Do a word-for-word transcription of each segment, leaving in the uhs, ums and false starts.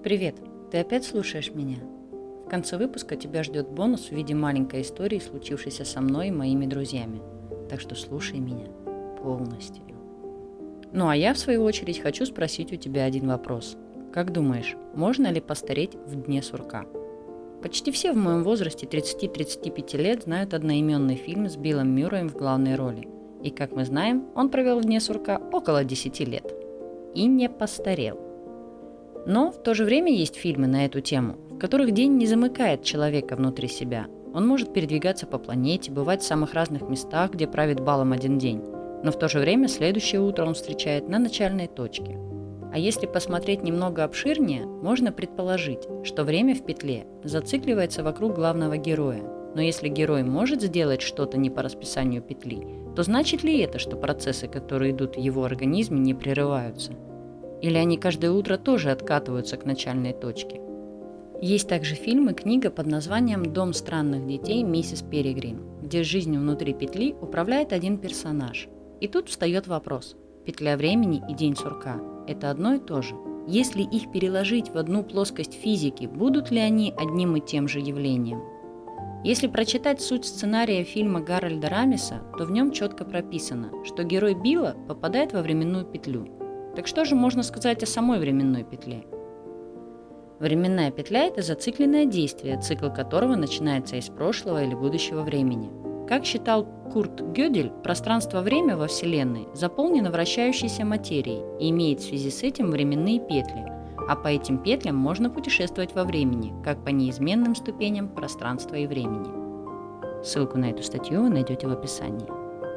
Привет! Ты опять слушаешь меня? В конце выпуска тебя ждет бонус в виде маленькой истории, случившейся со мной и моими друзьями. Так что слушай меня полностью. Ну а я, в свою очередь, хочу спросить у тебя один вопрос. Как думаешь, можно ли постареть в дне сурка? Почти все в моем возрасте тридцати-тридцати пяти лет знают одноименный фильм с Биллом Мюрреем в главной роли. И, как мы знаем, он провел в дне сурка около десяти лет. И не постарел. Но в то же время есть фильмы на эту тему, в которых день не замыкает человека внутри себя. Он может передвигаться по планете, бывать в самых разных местах, где правит балом один день. Но в то же время следующее утро он встречает на начальной точке. А если посмотреть немного обширнее, можно предположить, что время в петле зацикливается вокруг главного героя. Но если герой может сделать что-то не по расписанию петли, то значит ли это, что процессы, которые идут в его организме, не прерываются? Или они каждое утро тоже откатываются к начальной точке? Есть также фильм и книга под названием «Дом странных детей» миссис Перегрин, где жизнью внутри петли управляет один персонаж. И тут встает вопрос: петля времени и день сурка – это одно и то же? Если их переложить в одну плоскость физики, будут ли они одним и тем же явлением? Если прочитать суть сценария фильма Гарольда Рамиса, то в нем четко прописано, что герой Билла попадает во временную петлю. Так что же можно сказать о самой временной петле? Временная петля – это зацикленное действие, цикл которого начинается из прошлого или будущего времени. Как считал Курт Гёдель, пространство-время во Вселенной заполнено вращающейся материей и имеет в связи с этим временные петли, а по этим петлям можно путешествовать во времени, как по неизменным ступеням пространства и времени. Ссылку на эту статью вы найдете в описании.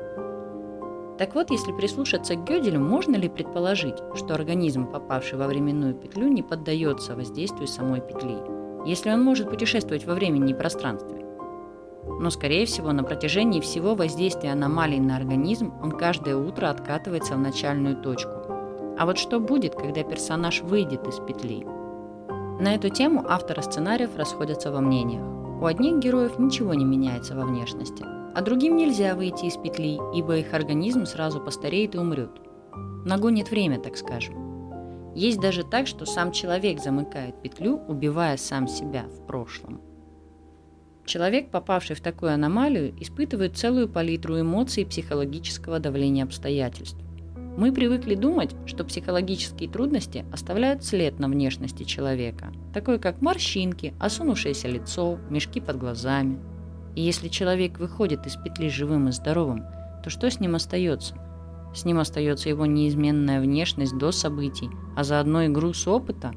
Так вот, если прислушаться к Гёделю, можно ли предположить, что организм, попавший во временную петлю, не поддается воздействию самой петли, если он может путешествовать во времени и пространстве? Но, скорее всего, на протяжении всего воздействия аномалий на организм он каждое утро откатывается в начальную точку. А вот что будет, когда персонаж выйдет из петли? На эту тему авторы сценариев расходятся во мнениях. У одних героев ничего не меняется во внешности, а другим нельзя выйти из петли, ибо их организм сразу постареет и умрет. Нагонит время, так скажем. Есть даже так, что сам человек замыкает петлю, убивая сам себя в прошлом. Человек, попавший в такую аномалию, испытывает целую палитру эмоций и психологического давления обстоятельств. Мы привыкли думать, что психологические трудности оставляют след на внешности человека, такой как морщинки, осунувшееся лицо, мешки под глазами. И если человек выходит из петли живым и здоровым, то что с ним остается? С ним остается его неизменная внешность до событий, а заодно и груз опыта?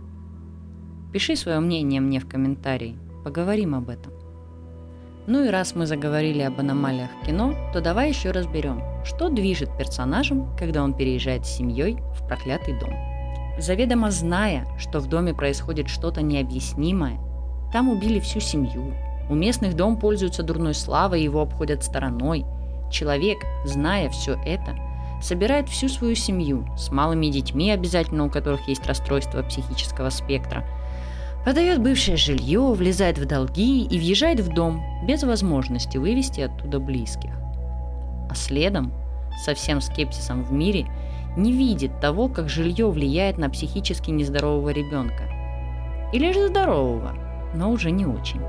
Пиши свое мнение мне в комментарии, поговорим об этом. Ну и раз мы заговорили об аномалиях в кино, то давай еще разберем, что движет персонажем, когда он переезжает с семьей в проклятый дом. Заведомо зная, что в доме происходит что-то необъяснимое, там убили всю семью, у местных дом пользуется дурной славой, его обходят стороной. Человек, зная все это, собирает всю свою семью, с малыми детьми обязательно, у которых есть расстройство психического спектра, продает бывшее жилье, влезает в долги и въезжает в дом без возможности вывести оттуда близких. А следом, со всем скепсисом в мире, не видит того, как жилье влияет на психически нездорового ребенка. Или же здорового, но уже не очень.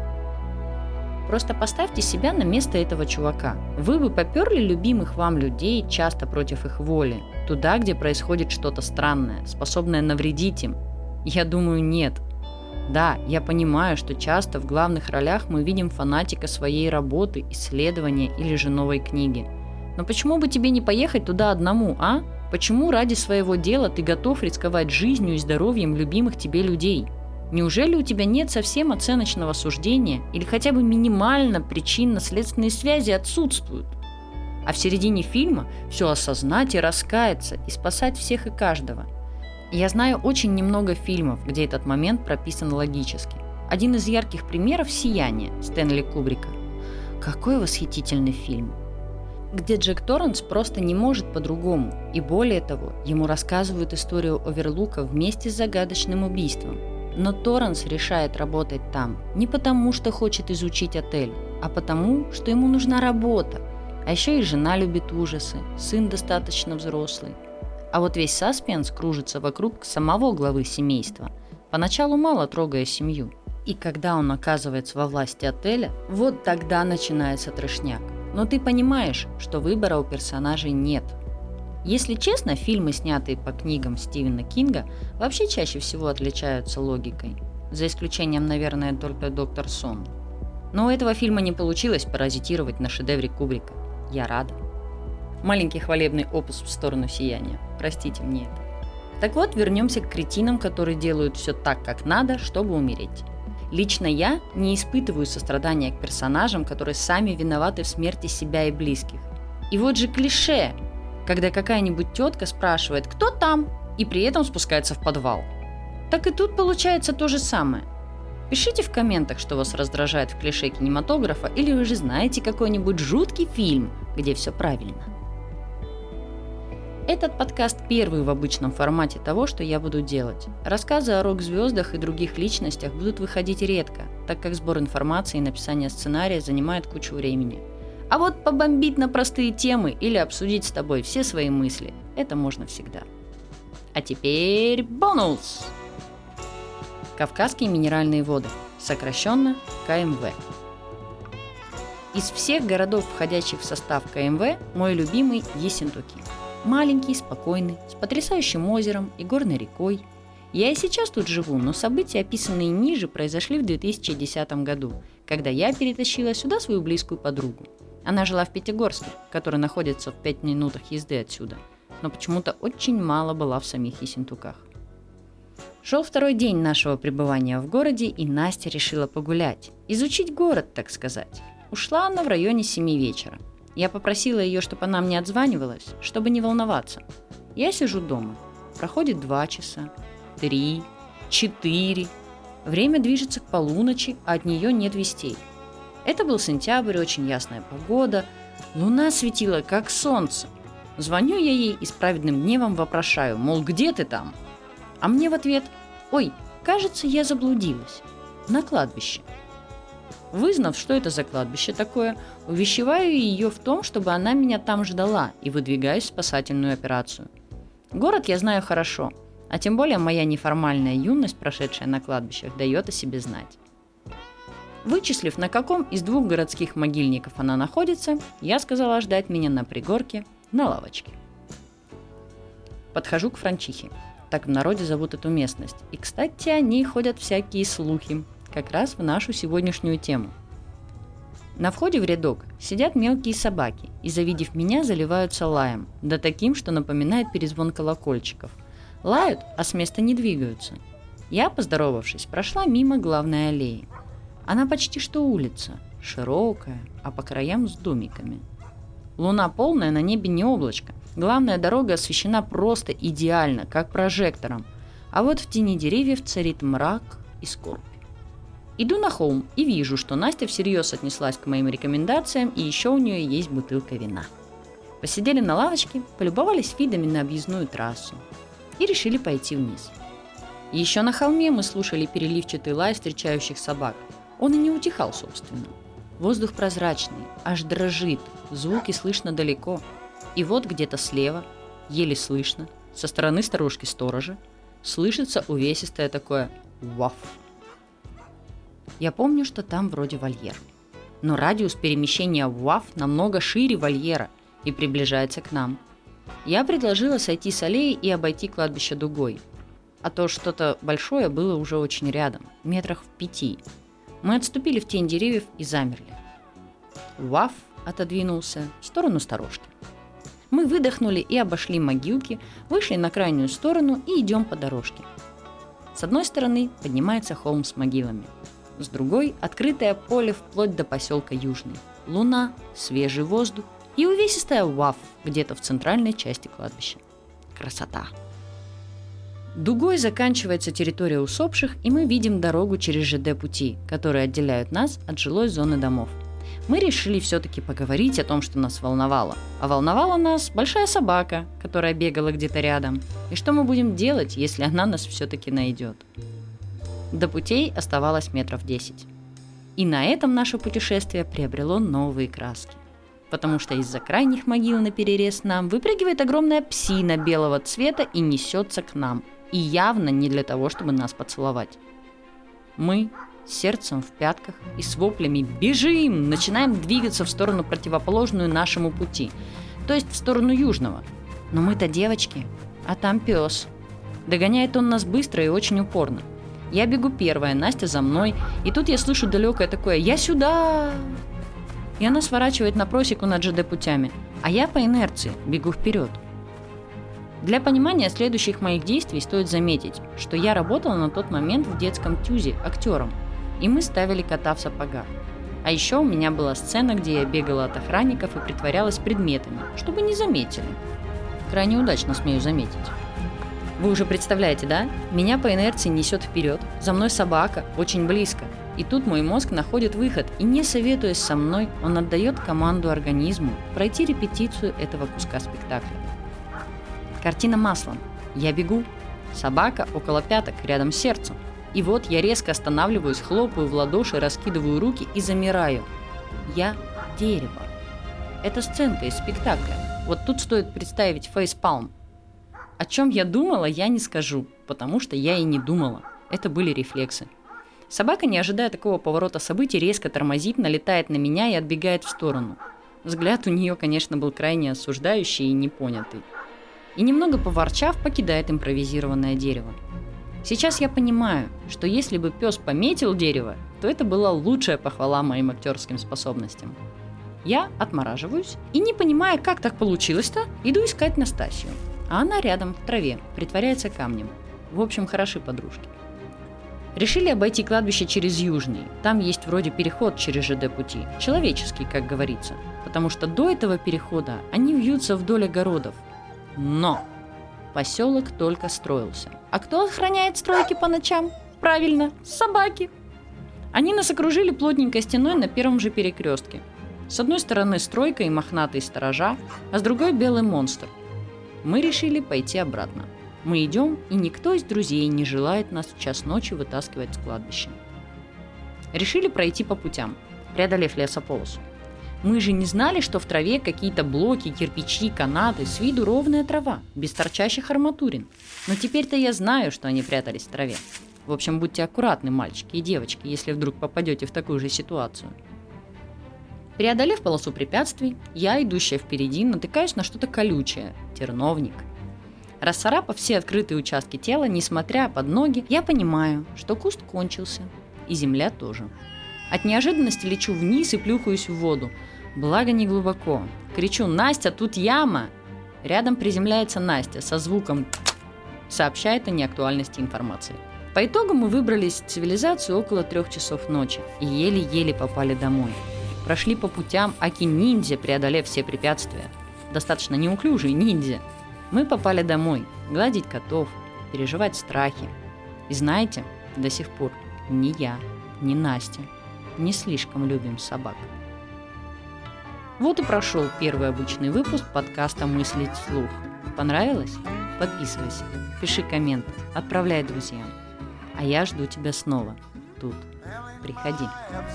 Просто поставьте себя на место этого чувака. Вы бы поперли любимых вам людей, часто против их воли, туда, где происходит что-то странное, способное навредить им? Я думаю, нет. Да, я понимаю, что часто в главных ролях мы видим фанатика своей работы, исследования или же новой книги. Но почему бы тебе не поехать туда одному, а? Почему ради своего дела ты готов рисковать жизнью и здоровьем любимых тебе людей? Неужели у тебя нет совсем оценочного суждения или хотя бы минимально причинно-следственные связи отсутствуют? А в середине фильма все осознать и раскаяться, и спасать всех и каждого. Я знаю очень немного фильмов, где этот момент прописан логически. Один из ярких примеров – «Сияние» Стэнли Кубрика. Какой восхитительный фильм! Где Джек Торренс просто не может по-другому, и более того, ему рассказывают историю Оверлука вместе с загадочным убийством. Но Торренс решает работать там не потому, что хочет изучить отель, а потому, что ему нужна работа. А еще и жена любит ужасы, сын достаточно взрослый. А вот весь саспенс кружится вокруг самого главы семейства. поначалу мало трогая семью. И когда он оказывается во власти отеля, вот тогда начинается трешняк. Но ты понимаешь, что выбора у персонажей нет. Если честно, фильмы, снятые по книгам Стивена Кинга, вообще чаще всего отличаются логикой. За исключением, наверное, только «Доктор Сон». Но у этого фильма не получилось паразитировать на шедевре Кубрика. Я рада. Маленький хвалебный опус в сторону сияния. Простите мне это. Так вот, вернемся к кретинам, которые делают все так, как надо, чтобы умереть. Лично я не испытываю сострадания к персонажам, которые сами виноваты в смерти себя и близких. И вот же клише, когда какая-нибудь тетка спрашивает «Кто там?» и при этом спускается в подвал. Так и тут получается то же самое. Пишите в комментах, что вас раздражает в клише кинематографа, или вы же знаете какой-нибудь жуткий фильм, где все правильно. Этот подкаст первый в обычном формате того, что я буду делать. Рассказы о рок-звездах и других личностях будут выходить редко, так как сбор информации и написание сценария занимает кучу времени. А вот побомбить на простые темы или обсудить с тобой все свои мысли – это можно всегда. А теперь бонус! Кавказские минеральные воды, сокращенно ка эм вэ. Из всех городов, входящих в состав ка эм вэ, мой любимый – Ессентуки. Маленький, спокойный, с потрясающим озером и горной рекой. Я и сейчас тут живу, но события, описанные ниже, произошли в две тысячи десятом году, когда я перетащила сюда свою близкую подругу. Она жила в Пятигорске, который находится в пяти минутах езды отсюда, но почему-то очень мало была в самих Ессентуках. Шел второй день нашего пребывания в городе, и Настя решила погулять, изучить город, так сказать. Ушла она в районе семи вечера. Я попросила ее, чтобы она мне отзванивалась, чтобы не волноваться. Я сижу дома. Проходит два часа, три, четыре. Время движется к полуночи, а от нее нет вестей. Это был сентябрь, очень ясная погода. Луна светила, как солнце. Звоню я ей и с праведным гневом вопрошаю, мол, где ты там? А мне в ответ: ой, кажется, я заблудилась. На кладбище. Вызнав, что это за кладбище такое, увещеваю ее в том, чтобы она меня там ждала, и выдвигаюсь в спасательную операцию. Город я знаю хорошо, а тем более моя неформальная юность, прошедшая на кладбищах, дает о себе знать. Вычислив, на каком из двух городских могильников она находится, я сказала ждать меня на пригорке, на лавочке. Подхожу к Франчихе, так в народе зовут эту местность, и, кстати, о ней ходят всякие слухи, как раз в нашу сегодняшнюю тему. На входе в рядок сидят мелкие собаки и, завидев меня, заливаются лаем, да таким, что напоминает перезвон колокольчиков. Лают, а с места не двигаются. Я, поздоровавшись, прошла мимо главной аллеи. Она почти что улица, широкая, а по краям с домиками. Луна полная, на небе не облачко. Главная дорога освещена просто идеально, как прожектором, а вот в тени деревьев царит мрак и скорбь. Иду на холм и вижу, что Настя всерьез отнеслась к моим рекомендациям, и еще у нее есть бутылка вина. Посидели на лавочке, полюбовались видами на объездную трассу и решили пойти вниз. Еще на холме мы слушали переливчатый лай встречающих собак. Он и не утихал, собственно. Воздух прозрачный, аж дрожит, звуки слышно далеко. И вот где-то слева, еле слышно, со стороны старушки-сторожа, слышится увесистое такое «ваф». Я помню, что там вроде вольер. Но радиус перемещения ВАФ намного шире вольера и приближается к нам. Я предложила сойти с аллеи и обойти кладбище дугой. А то что-то большое было уже очень рядом, метрах в пяти. Мы отступили в тень деревьев и замерли. ВАФ отодвинулся в сторону сторожки. Мы выдохнули и обошли могилки, вышли на крайнюю сторону и идем по дорожке. С одной стороны поднимается холм с могилами. С другой – открытое поле вплоть до поселка Южный. Луна, свежий воздух и увесистая ВАФ где-то в центральной части кладбища. Красота! Дугой заканчивается территория усопших, и мы видим дорогу через ЖД-пути, которые отделяют нас от жилой зоны домов. Мы решили все-таки поговорить о том, что нас волновало. А волновала нас большая собака, которая бегала где-то рядом. И что мы будем делать, если она нас все-таки найдет? До путей оставалось метров десять. И на этом наше путешествие приобрело новые краски. Потому что из-за крайних могил наперерез нам выпрыгивает огромная псина белого цвета и несется к нам. И явно не для того, чтобы нас поцеловать. Мы с сердцем в пятках и с воплями бежим, начинаем двигаться в сторону противоположную нашему пути, то есть в сторону южного. Но мы-то девочки, а там пес. Догоняет он нас быстро и очень упорно. Я бегу первая, Настя за мной, и тут я слышу далекое такое «Я сюда!». И она сворачивает на просеку над ЖД путями, а я по инерции бегу вперед. Для понимания следующих моих действий стоит заметить, что я работала на тот момент в детском тюзе актером, и мы ставили кота в сапогах. А еще у меня была сцена, где я бегала от охранников и притворялась предметами, чтобы не заметили. Крайне удачно, смею заметить. Вы уже представляете, да? Меня по инерции несет вперед, за мной собака, очень близко. И тут мой мозг находит выход, и не советуясь со мной, он отдает команду организму пройти репетицию этого куска спектакля. Картина маслом. Я бегу. Собака около пяток, рядом с сердцем. И вот я резко останавливаюсь, хлопаю в ладоши, раскидываю руки и замираю. Я дерево. Это сценка из спектакля. Вот тут стоит представить фейспалм. О чем я думала, я не скажу, потому что я и не думала. Это были рефлексы. Собака, не ожидая такого поворота событий, резко тормозит, налетает на меня и отбегает в сторону. Взгляд у нее, конечно, был крайне осуждающий и непонятый. И немного поворчав, покидает импровизированное дерево. Сейчас я понимаю, что если бы пес пометил дерево, то это была лучшая похвала моим актерским способностям. Я отмораживаюсь и, не понимая, как так получилось-то, иду искать Настасью. А она рядом, в траве, притворяется камнем. В общем, хороши подружки. Решили обойти кладбище через Южный. Там есть вроде переход через ЖД пути. Человеческий, как говорится. Потому что до этого перехода они вьются вдоль огородов. Но поселок только строился. А кто охраняет стройки по ночам? Правильно, собаки. Они нас окружили плотненькой стеной на первом же перекрестке. С одной стороны стройка и мохнатые сторожа, а с другой белый монстр. Мы решили пойти обратно. Мы идем, и никто из друзей не желает нас в час ночи вытаскивать с кладбища. Решили пройти по путям, преодолев лесополосу. Мы же не знали, что в траве какие-то блоки, кирпичи, канаты, с виду ровная трава, без торчащих арматурин. Но теперь-то я знаю, что они прятались в траве. В общем, будьте аккуратны, мальчики и девочки, если вдруг попадете в такую же ситуацию. Преодолев полосу препятствий, я, идущая впереди, натыкаюсь на что-то колючее – терновник. Расцарапав все открытые участки тела, несмотря под ноги, я понимаю, что куст кончился, и земля тоже. От неожиданности лечу вниз и плюхаюсь в воду. Благо не глубоко. Кричу: «Настя, тут яма!» Рядом приземляется Настя со звуком, сообщает о неактуальности информации. По итогу мы выбрались в цивилизацию около трех часов ночи и еле-еле попали домой. Прошли по путям аки-ниндзя, преодолев все препятствия. Достаточно неуклюжие ниндзя. Мы попали домой, гладить котов, переживать страхи. И знаете, до сих пор ни я, ни Настя не слишком любим собак. Вот и прошел первый обычный выпуск подкаста «Мыслить вслух». Понравилось? Подписывайся, пиши комменты, отправляй друзьям. А я жду тебя снова тут. Приходи.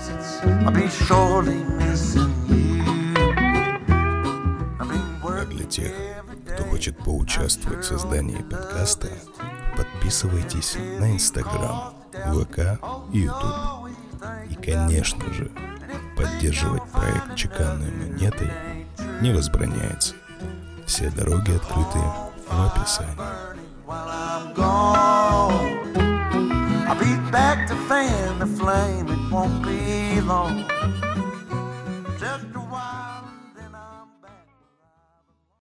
А для тех, кто хочет поучаствовать в создании подкаста, подписывайтесь на Инстаграм, ВК и Ютуб. И, конечно же, поддерживать проект чеканной монетой не возбраняется. Все дороги открыты в описании. I'll be back to fan the flame, it won't be long.